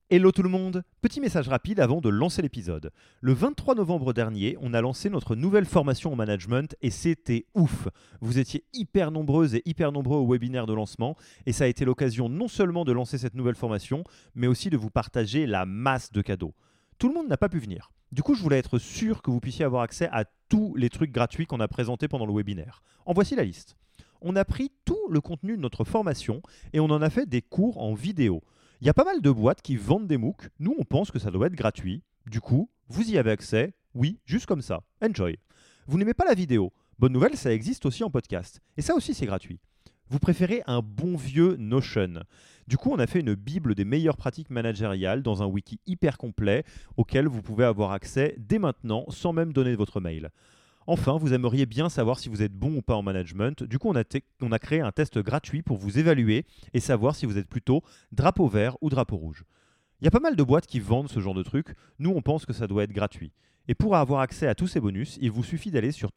Hello tout le monde. Petit message rapide avant de lancer l'épisode. Le 23 novembre dernier, on a lancé notre nouvelle formation en management et c'était ouf. Vous étiez hyper nombreuses et hyper nombreux au webinaire de lancement et ça a été l'occasion non seulement de lancer cette nouvelle formation, mais aussi de vous partager la masse de cadeaux. Tout le monde n'a pas pu venir. Du coup, je voulais être sûr que vous puissiez avoir accès à tous les trucs gratuits qu'on a présentés pendant le webinaire. En voici la liste. On a pris tout le contenu de notre formation et on en a fait des cours en vidéo. Il y a pas mal de boîtes qui vendent des MOOC. Nous, on pense que ça doit être gratuit. Du coup, vous y avez accès. Oui, juste comme ça. Enjoy. Vous n'aimez pas la vidéo? Bonne nouvelle, ça existe aussi en podcast. Et ça aussi, c'est gratuit. Vous préférez un bon vieux Notion. Du coup, on a fait une bible des meilleures pratiques managériales dans un wiki hyper complet auquel vous pouvez avoir accès dès maintenant sans même donner votre mail. Enfin, vous aimeriez bien savoir si vous êtes bon ou pas en management. Du coup, on a créé un test gratuit pour vous évaluer et savoir si vous êtes plutôt drapeau vert ou drapeau rouge. Il y a pas mal de boîtes qui vendent ce genre de trucs. Nous, on pense que ça doit être gratuit. Et pour avoir accès à tous ces bonus, il vous suffit d'aller sur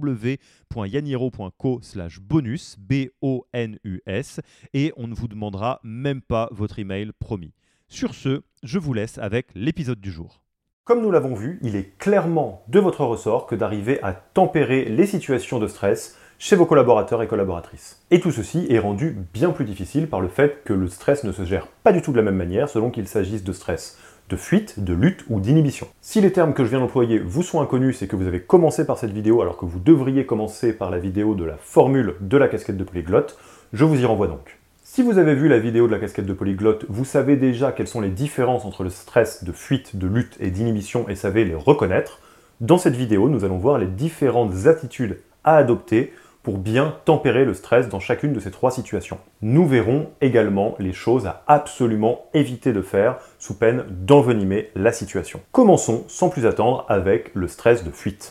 www.yaniro.co/bonus, B-O-N-U-S, et on ne vous demandera même pas votre email promis. Sur ce, je vous laisse avec l'épisode du jour. Comme nous l'avons vu, il est clairement de votre ressort que d'arriver à tempérer les situations de stress chez vos collaborateurs et collaboratrices. Et tout ceci est rendu bien plus difficile par le fait que le stress ne se gère pas du tout de la même manière selon qu'il s'agisse de stress de fuite, de lutte ou d'inhibition. Si les termes que je viens d'employer vous sont inconnus, c'est que vous avez commencé par cette vidéo alors que vous devriez commencer par la vidéo de la formule de la casquette de polyglotte, je vous y renvoie donc. Si vous avez vu la vidéo de la casquette de polyglotte, vous savez déjà quelles sont les différences entre le stress de fuite, de lutte et d'inhibition et savez les reconnaître. Dans cette vidéo, nous allons voir les différentes attitudes à adopter pour bien tempérer le stress dans chacune de ces trois situations. Nous verrons également les choses à absolument éviter de faire sous peine d'envenimer la situation. Commençons sans plus attendre avec le stress de fuite.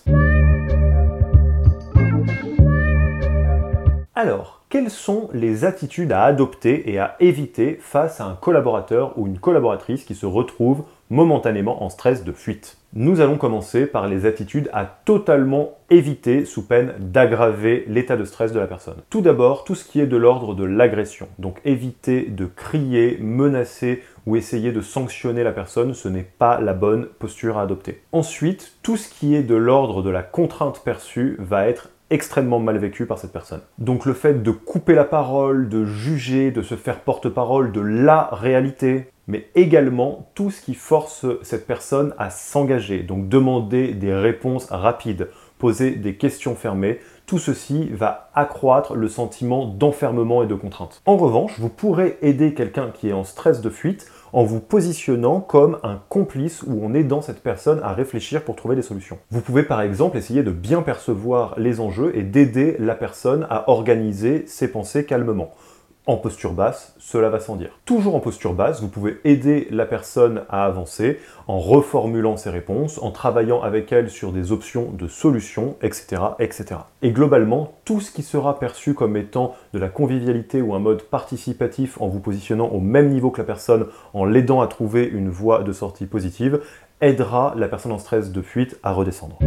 Alors, quelles sont les attitudes à adopter et à éviter face à un collaborateur ou une collaboratrice qui se retrouve momentanément en stress de fuite? Nous allons commencer par les attitudes à totalement éviter sous peine d'aggraver l'état de stress de la personne. Tout d'abord, tout ce qui est de l'ordre de l'agression. Donc éviter de crier, menacer ou essayer de sanctionner la personne, ce n'est pas la bonne posture à adopter. Ensuite, tout ce qui est de l'ordre de la contrainte perçue va être extrêmement mal vécu par cette personne. Donc le fait de couper la parole, de juger, de se faire porte-parole de la réalité, mais également tout ce qui force cette personne à s'engager, donc demander des réponses rapides, poser des questions fermées, tout ceci va accroître le sentiment d'enfermement et de contrainte. En revanche, vous pourrez aider quelqu'un qui est en stress de fuite en vous positionnant comme un complice où on aidant cette personne à réfléchir pour trouver des solutions. Vous pouvez par exemple essayer de bien percevoir les enjeux et d'aider la personne à organiser ses pensées calmement. En posture basse, cela va sans dire. Toujours en posture basse, vous pouvez aider la personne à avancer en reformulant ses réponses, en travaillant avec elle sur des options de solutions, etc., etc. Et globalement, tout ce qui sera perçu comme étant de la convivialité ou un mode participatif en vous positionnant au même niveau que la personne, en l'aidant à trouver une voie de sortie positive, aidera la personne en stress de fuite à redescendre.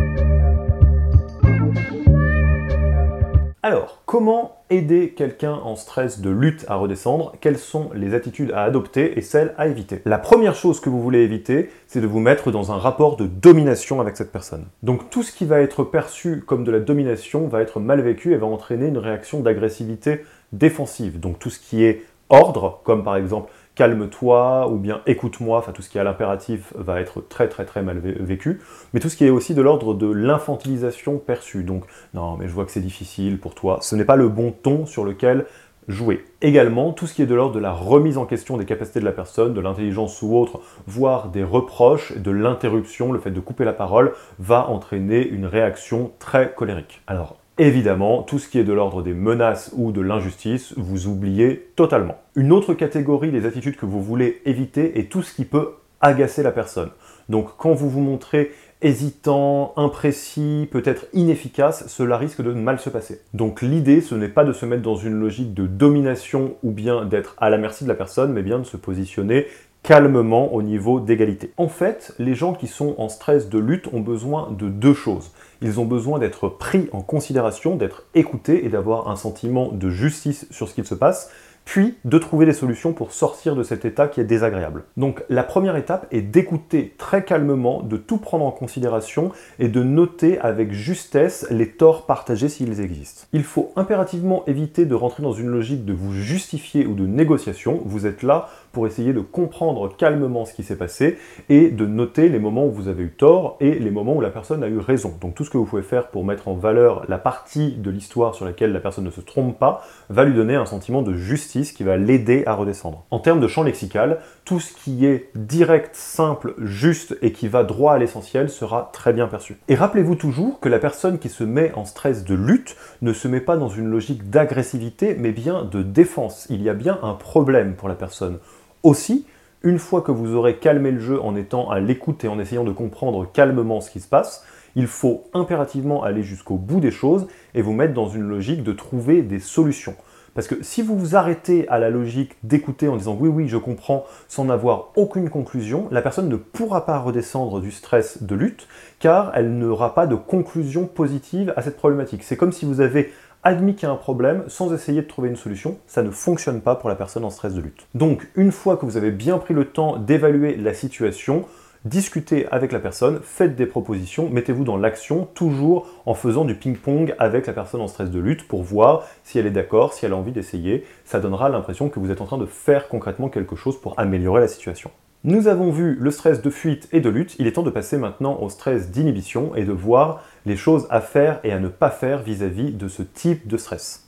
Alors, comment aider quelqu'un en stress de lutte à redescendre? Quelles sont les attitudes à adopter et celles à éviter? La première chose que vous voulez éviter, c'est de vous mettre dans un rapport de domination avec cette personne. Donc tout ce qui va être perçu comme de la domination va être mal vécu et va entraîner une réaction d'agressivité défensive. Donc tout ce qui est ordre, comme par exemple calme-toi ou bien écoute-moi, enfin tout ce qui est à l'impératif va être très mal vécu, mais tout ce qui est aussi de l'ordre de l'infantilisation perçue, donc non mais je vois que c'est difficile pour toi, ce n'est pas le bon ton sur lequel jouer. Également, tout ce qui est de l'ordre de la remise en question des capacités de la personne, de l'intelligence ou autre, voire des reproches, de l'interruption, le fait de couper la parole, va entraîner une réaction très colérique. Alors, évidemment, tout ce qui est de l'ordre des menaces ou de l'injustice, vous oubliez totalement. Une autre catégorie des attitudes que vous voulez éviter est tout ce qui peut agacer la personne. Donc quand vous vous montrez hésitant, imprécis, peut-être inefficace, cela risque de mal se passer. Donc l'idée, ce n'est pas de se mettre dans une logique de domination ou bien d'être à la merci de la personne, mais bien de se positionner calmement au niveau d'égalité. En fait, les gens qui sont en stress de lutte ont besoin de deux choses. Ils ont besoin d'être pris en considération, d'être écoutés et d'avoir un sentiment de justice sur ce qu'il se passe. puis de trouver des solutions pour sortir de cet état qui est désagréable. Donc la première étape est d'écouter très calmement, de tout prendre en considération et de noter avec justesse les torts partagés s'ils existent. Il faut impérativement éviter de rentrer dans une logique de vous justifier ou de négociation. Vous êtes là pour essayer de comprendre calmement ce qui s'est passé et de noter les moments où vous avez eu tort et les moments où la personne a eu raison. Donc tout ce que vous pouvez faire pour mettre en valeur la partie de l'histoire sur laquelle la personne ne se trompe pas va lui donner un sentiment de justice qui va l'aider à redescendre. En termes de champ lexical, tout ce qui est direct, simple, juste et qui va droit à l'essentiel sera très bien perçu. Et rappelez-vous toujours que la personne qui se met en stress de lutte ne se met pas dans une logique d'agressivité mais bien de défense. Il y a bien un problème pour la personne. Aussi, une fois que vous aurez calmé le jeu en étant à l'écoute et en essayant de comprendre calmement ce qui se passe, il faut impérativement aller jusqu'au bout des choses et vous mettre dans une logique de trouver des solutions. Parce que si vous vous arrêtez à la logique d'écouter en disant oui, je comprends, sans avoir aucune conclusion, la personne ne pourra pas redescendre du stress de lutte, car elle n'aura pas de conclusion positive à cette problématique. C'est comme si vous avez admis qu'il y a un problème sans essayer de trouver une solution, ça ne fonctionne pas pour la personne en stress de lutte. Donc, une fois que vous avez bien pris le temps d'évaluer la situation, discutez avec la personne, faites des propositions, mettez-vous dans l'action, toujours en faisant du ping-pong avec la personne en stress de lutte pour voir si elle est d'accord, si elle a envie d'essayer. Ça donnera l'impression que vous êtes en train de faire concrètement quelque chose pour améliorer la situation. Nous avons vu le stress de fuite et de lutte, il est temps de passer maintenant au stress d'inhibition et de voir les choses à faire et à ne pas faire vis-à-vis de ce type de stress.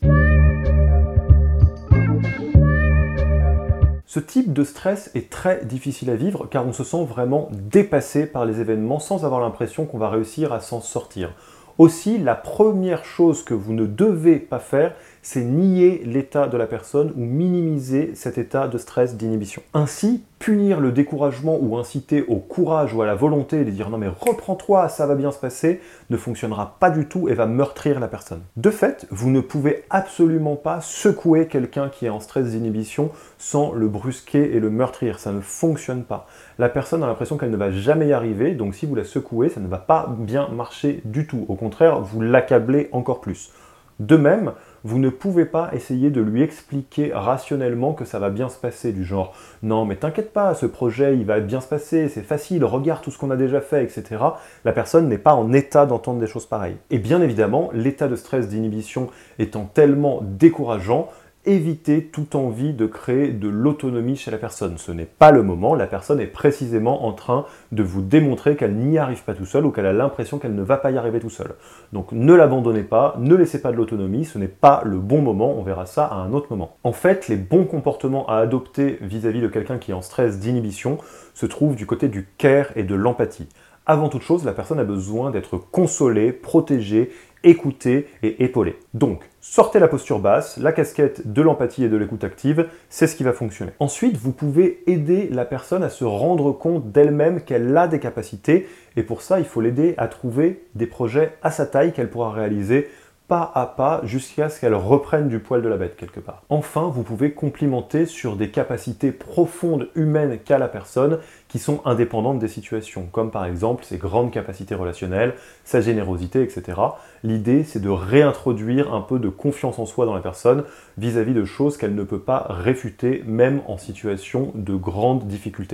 Ce type de stress est très difficile à vivre car on se sent vraiment dépassé par les événements sans avoir l'impression qu'on va réussir à s'en sortir. Aussi, la première chose que vous ne devez pas faire, c'est nier l'état de la personne ou minimiser cet état de stress d'inhibition. Ainsi, punir le découragement ou inciter au courage ou à la volonté de dire « non mais reprends-toi, ça va bien se passer » ne fonctionnera pas du tout et va meurtrir la personne. De fait, vous ne pouvez absolument pas secouer quelqu'un qui est en stress d'inhibition sans le brusquer et le meurtrir, ça ne fonctionne pas. La personne a l'impression qu'elle ne va jamais y arriver, donc si vous la secouez, ça ne va pas bien marcher du tout. Au contraire, vous l'accablez encore plus. De même, vous ne pouvez pas essayer de lui expliquer rationnellement que ça va bien se passer, du genre « non mais t'inquiète pas, ce projet il va bien se passer, c'est facile, regarde tout ce qu'on a déjà fait, etc. » La personne n'est pas en état d'entendre des choses pareilles. Et bien évidemment, l'état de stress d'inhibition étant tellement décourageant, évitez toute envie de créer de l'autonomie chez la personne. Ce n'est pas le moment, la personne est précisément en train de vous démontrer qu'elle n'y arrive pas tout seule ou qu'elle a l'impression qu'elle ne va pas y arriver tout seul. Donc ne l'abandonnez pas, ne laissez pas de l'autonomie, ce n'est pas le bon moment, on verra ça à un autre moment. En fait, les bons comportements à adopter vis-à-vis de quelqu'un qui est en stress d'inhibition se trouvent du côté du care et de l'empathie. Avant toute chose, la personne a besoin d'être consolée, protégée, écoutée et épaulée. Donc, sortez la posture basse, la casquette de l'empathie et de l'écoute active, c'est ce qui va fonctionner. Ensuite, vous pouvez aider la personne à se rendre compte d'elle-même qu'elle a des capacités, et pour ça, il faut l'aider à trouver des projets à sa taille qu'elle pourra réaliser pas à pas jusqu'à ce qu'elle reprenne du poil de la bête quelque part. Enfin, vous pouvez complimenter sur des capacités profondes humaines qu'a la personne qui sont indépendantes des situations, comme par exemple ses grandes capacités relationnelles, sa générosité, etc. L'idée, c'est de réintroduire un peu de confiance en soi dans la personne vis-à-vis de choses qu'elle ne peut pas réfuter, même en situation de grande difficulté.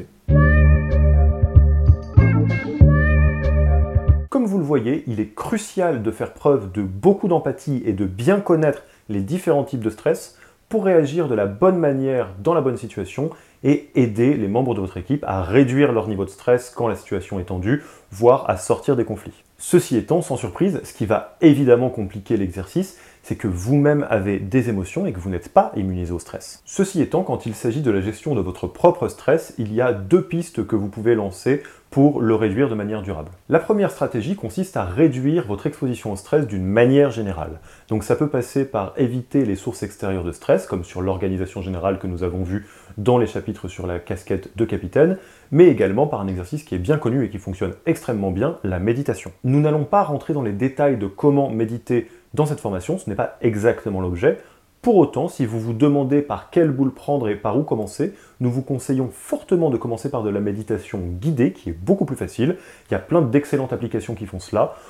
Comme vous le voyez, il est crucial de faire preuve de beaucoup d'empathie et de bien connaître les différents types de stress pour réagir de la bonne manière dans la bonne situation et aider les membres de votre équipe à réduire leur niveau de stress quand la situation est tendue, voire à sortir des conflits. Ceci étant, sans surprise, ce qui va évidemment compliquer l'exercice, c'est que vous-même avez des émotions et que vous n'êtes pas immunisé au stress. Ceci étant, quand il s'agit de la gestion de votre propre stress, il y a deux pistes que vous pouvez lancer pour le réduire de manière durable. La première stratégie consiste à réduire votre exposition au stress d'une manière générale. Donc ça peut passer par éviter les sources extérieures de stress, comme sur l'organisation générale que nous avons vu dans les chapitres sur la casquette de capitaine, mais également par un exercice qui est bien connu et qui fonctionne extrêmement bien, la méditation. Nous n'allons pas rentrer dans les détails de comment méditer dans cette formation, ce n'est pas exactement l'objet. Pour autant, si vous vous demandez par quelle boule prendre et par où commencer, nous vous conseillons fortement de commencer par de la méditation guidée, qui est beaucoup plus facile. Il y a plein d'excellentes applications qui font cela.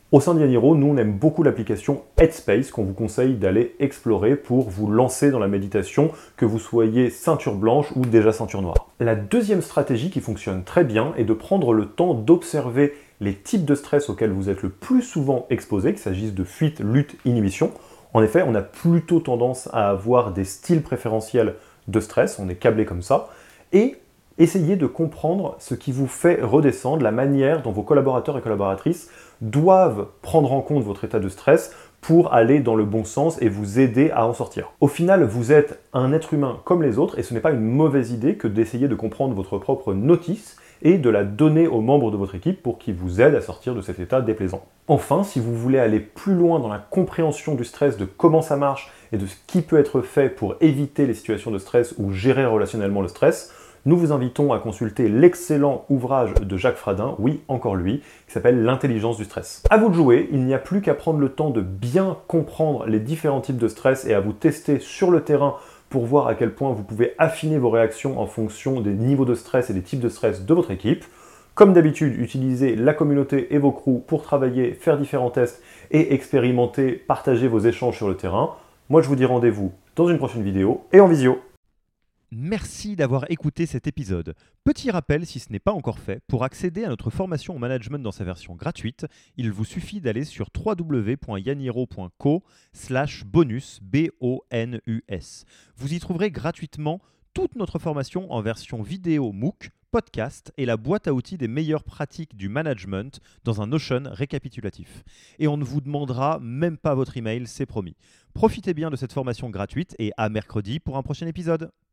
Au sein d'Yaniro, nous on aime beaucoup l'application Headspace qu'on vous conseille d'aller explorer pour vous lancer dans la méditation, que vous soyez ceinture blanche ou déjà ceinture noire. La deuxième stratégie qui fonctionne très bien est de prendre le temps d'observer les types de stress auxquels vous êtes le plus souvent exposés, qu'il s'agisse de fuite, lutte, inhibition. En effet, on a plutôt tendance à avoir des styles préférentiels de stress, on est câblé comme ça, et essayez de comprendre ce qui vous fait redescendre, la manière dont vos collaborateurs et collaboratrices doivent prendre en compte votre état de stress pour aller dans le bon sens et vous aider à en sortir. Au final, vous êtes un être humain comme les autres et ce n'est pas une mauvaise idée que d'essayer de comprendre votre propre notice et de la donner aux membres de votre équipe pour qu'ils vous aident à sortir de cet état déplaisant. Enfin, si vous voulez aller plus loin dans la compréhension du stress, de comment ça marche et de ce qui peut être fait pour éviter les situations de stress ou gérer relationnellement le stress, nous vous invitons à consulter l'excellent ouvrage de Jacques Fradin, oui, encore lui, qui s'appelle L'intelligence du stress. À vous de jouer, il n'y a plus qu'à prendre le temps de bien comprendre les différents types de stress et à vous tester sur le terrain pour voir à quel point vous pouvez affiner vos réactions en fonction des niveaux de stress et des types de stress de votre équipe. Comme d'habitude, utilisez la communauté et vos crews pour travailler, faire différents tests et expérimenter, partager vos échanges sur le terrain. Moi, je vous dis rendez-vous dans une prochaine vidéo et en visio. Merci d'avoir écouté cet épisode. Petit rappel, si ce n'est pas encore fait, pour accéder à notre formation au management dans sa version gratuite, il vous suffit d'aller sur www.yaniro.co/bonus, B-O-N-U-S. Vous y trouverez gratuitement toute notre formation en version vidéo MOOC, podcast et la boîte à outils des meilleures pratiques du management dans un Notion récapitulatif. Et on ne vous demandera même pas votre email, c'est promis. Profitez bien de cette formation gratuite et à mercredi pour un prochain épisode.